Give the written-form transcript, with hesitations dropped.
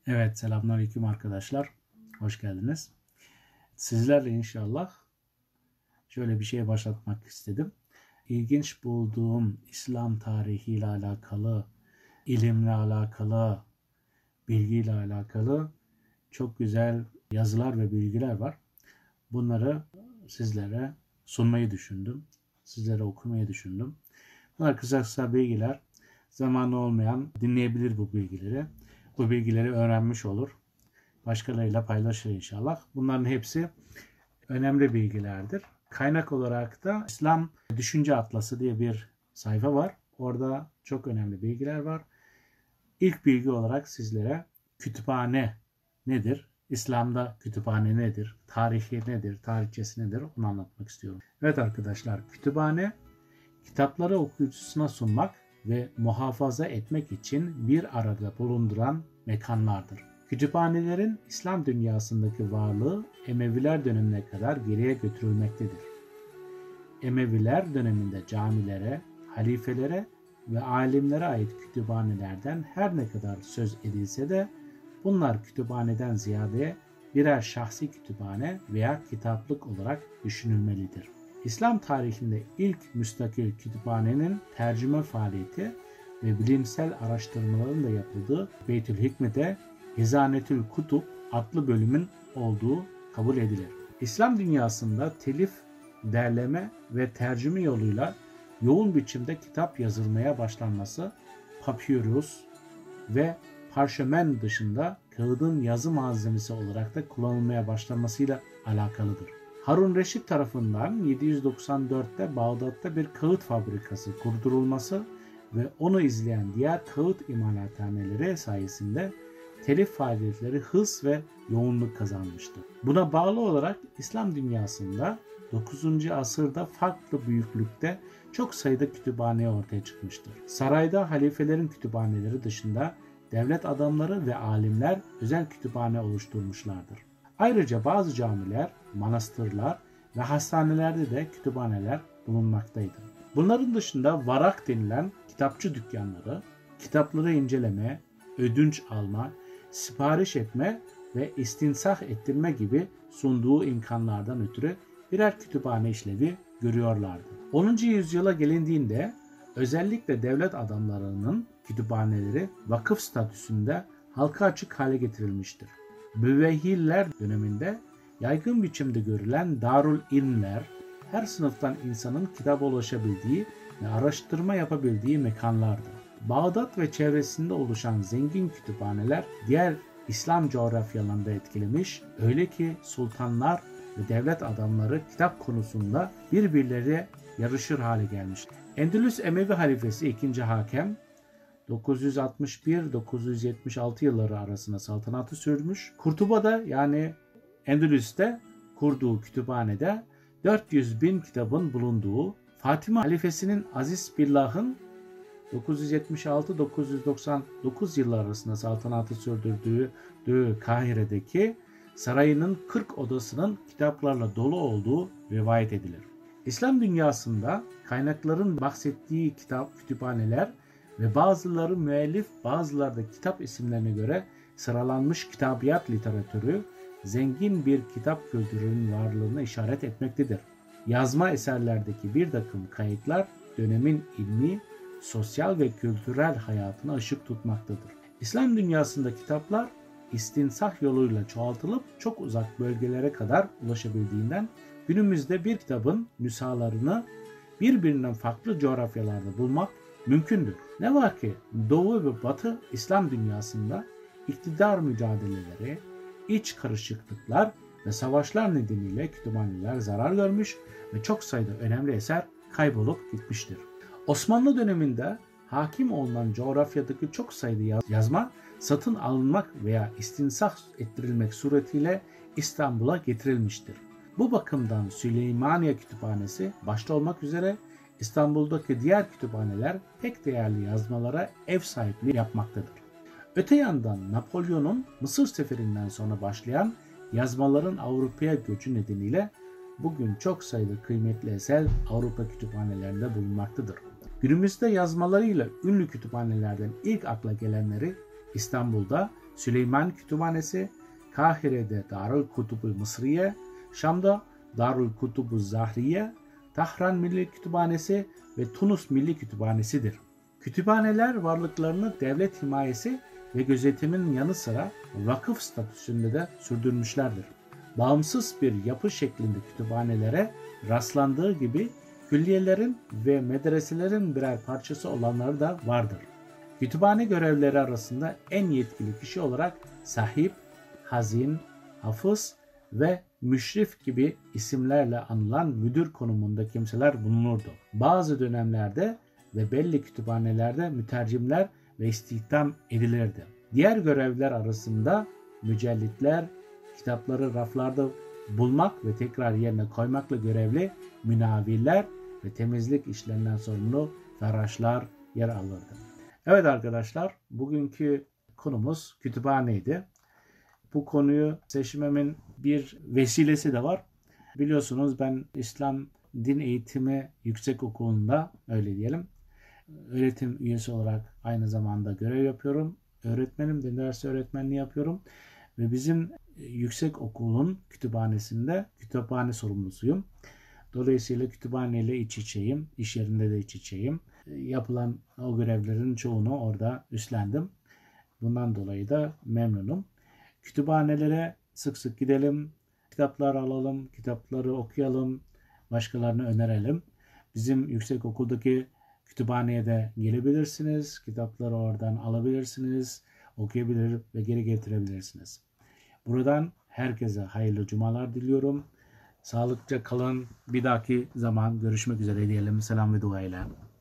Evet, selamünaleyküm arkadaşlar. Hoş geldiniz. Sizlerle inşallah şöyle bir şeye başlatmak istedim. İlginç bulduğum İslam tarihiyle alakalı, ilimle alakalı, bilgiyle alakalı çok güzel yazılar ve bilgiler var. Bunları sizlere sunmayı düşündüm. Sizlere okumayı düşündüm. Bunlar kısa bilgiler. Zamanı olmayan dinleyebilir bu bilgileri. Bu bilgileri öğrenmiş olur. Başkalarıyla paylaşır inşallah. Bunların hepsi önemli bilgilerdir. Kaynak olarak da İslam Düşünce Atlası diye bir sayfa var. Orada çok önemli bilgiler var. İlk bilgi olarak sizlere kütüphane nedir? İslam'da kütüphane nedir? Tarihi nedir? Tarihçesi nedir? Onu anlatmak istiyorum. Evet arkadaşlar, kütüphane kitapları okuyucusuna sunmak ve muhafaza etmek için bir arada bulunduran mekanlardır. Kütüphanelerin İslam dünyasındaki varlığı Emeviler dönemine kadar geriye götürülmektedir. Emeviler döneminde camilere, halifelere ve alimlere ait kütüphanelerden her ne kadar söz edilse de bunlar kütüphaneden ziyade birer şahsi kütüphane veya kitaplık olarak düşünülmelidir. İslam tarihinde ilk müstakil kütüphanenin tercüme faaliyeti ve bilimsel araştırmaların da yapıldığı Beytül Hikmet'e Hizanetül Kutub adlı bölümün olduğu kabul edilir. İslam dünyasında telif, derleme ve tercüme yoluyla yoğun biçimde kitap yazılmaya başlanması, papyrus ve parşömen dışında kağıdın yazı malzemesi olarak da kullanılmaya başlanmasıyla alakalıdır. Harun Reşit tarafından 794'te Bağdat'ta bir kağıt fabrikası kurdurulması ve onu izleyen diğer kağıt imalathaneleri sayesinde telif faaliyetleri hız ve yoğunluk kazanmıştı. Buna bağlı olarak İslam dünyasında 9. asırda farklı büyüklükte çok sayıda kütüphane ortaya çıkmıştır. Sarayda halifelerin kütüphaneleri dışında devlet adamları ve alimler özel kütüphane oluşturmuşlardır. Ayrıca bazı camiler, manastırlar ve hastanelerde de kütüphaneler bulunmaktaydı. Bunların dışında varak denilen kitapçı dükkanları, kitapları inceleme, ödünç alma, sipariş etme ve istinsah ettirme gibi sunduğu imkanlardan ötürü birer kütüphane işlevi görüyorlardı. 10. yüzyıla gelindiğinde özellikle devlet adamlarının kütüphaneleri vakıf statüsünde halka açık hale getirilmiştir. Müvehhiller döneminde yaygın biçimde görülen darul ilmler, her sınıftan insanın kitaba ulaşabildiği ve araştırma yapabildiği mekanlardı. Bağdat ve çevresinde oluşan zengin kütüphaneler diğer İslam coğrafyalarında etkilemiş, öyle ki sultanlar ve devlet adamları kitap konusunda birbirleri yarışır hale gelmiş. Endülüs Emevi halifesi 2. Hakem 961-976 yılları arasında saltanatı sürmüş. Kurtuba'da yani Endülüs'te kurduğu kütüphanede 400.000 kitabın bulunduğu, Fatıma halifesinin Aziz Billah'ın 976-999 yılları arasında saltanatı sürdürdüğü Kahire'deki sarayının 40 odasının kitaplarla dolu olduğu rivayet edilir. İslam dünyasında kaynakların bahsettiği kütüphaneler ve bazıları müellif, bazıları da kitap isimlerine göre sıralanmış kitabiyat literatürü zengin bir kitap kültürünün varlığına işaret etmektedir. Yazma eserlerdeki bir takım kayıtlar dönemin ilmi, sosyal ve kültürel hayatına ışık tutmaktadır. İslam dünyasında kitaplar istinsah yoluyla çoğaltılıp çok uzak bölgelere kadar ulaşabildiğinden günümüzde bir kitabın nüshalarını birbirinden farklı coğrafyalarda bulmak mümkündür. Ne var ki Doğu ve Batı İslam dünyasında iktidar mücadeleleri, iç karışıklıklar ve savaşlar nedeniyle kütüphaneler zarar görmüş ve çok sayıda önemli eser kaybolup gitmiştir. Osmanlı döneminde hakim olunan coğrafyadaki çok sayıda yazma satın alınmak veya istinsah ettirilmek suretiyle İstanbul'a getirilmiştir. Bu bakımdan Süleymaniye Kütüphanesi başta olmak üzere İstanbul'daki diğer kütüphaneler pek değerli yazmalara ev sahipliği yapmaktadır. Öte yandan Napolyon'un Mısır seferinden sonra başlayan yazmaların Avrupa'ya göçü nedeniyle bugün çok sayıda kıymetli eser Avrupa kütüphanelerinde bulunmaktadır. Günümüzde yazmalarıyla ünlü kütüphanelerden ilk akla gelenleri İstanbul'da Süleyman Kütüphanesi, Kahire'de Darül Kutub-u Mısriye, Şam'da Darül Kutub-u Zahriye, Tahran Milli Kütüphanesi ve Tunus Milli Kütüphanesi'dir. Kütüphaneler varlıklarını devlet himayesi ve gözetiminin yanı sıra vakıf statüsünde de sürdürmüşlerdir. Bağımsız bir yapı şeklinde kütüphanelere rastlandığı gibi külliyelerin ve medreselerin birer parçası olanları da vardır. Kütüphane görevlileri arasında en yetkili kişi olarak sahip, hazin, hafız ve müşrif gibi isimlerle anılan müdür konumunda kimseler bulunurdu. Bazı dönemlerde ve belli kütüphanelerde mütercimler ve istihdam edilirdi. Diğer görevler arasında mücellitler, kitapları raflarda bulmak ve tekrar yerine koymakla görevli münavvirler ve temizlik işlerinden sorumlu feraşlar yer alırdı. Evet arkadaşlar, bugünkü konumuz kütüphaneydi. Bu konuyu seçmemin bir vesilesi de var. Biliyorsunuz ben İslam Din Eğitimi Yüksekokulu'nda, öyle diyelim, öğretim üyesi olarak aynı zamanda görev yapıyorum. Öğretmenim, din dersi öğretmenliği yapıyorum. Ve bizim yüksekokulun kütüphanesinde kütüphane sorumlusuyum. Dolayısıyla kütüphaneyle iç içeyim. İş yerinde de iç içeyim. Yapılan o görevlerin çoğunu orada üstlendim. Bundan dolayı da memnunum. Kütüphanelere sık sık gidelim. Kitaplar alalım. Kitapları okuyalım. Başkalarına önerelim. Bizim yüksekokuldaki kütüphaneye de gelebilirsiniz. Kitapları oradan alabilirsiniz. Okuyabilir ve geri getirebilirsiniz. Buradan herkese hayırlı cumalar diliyorum. Sağlıkça kalın. Bir dahaki zaman görüşmek üzere diyelim. Selam ve dua ile.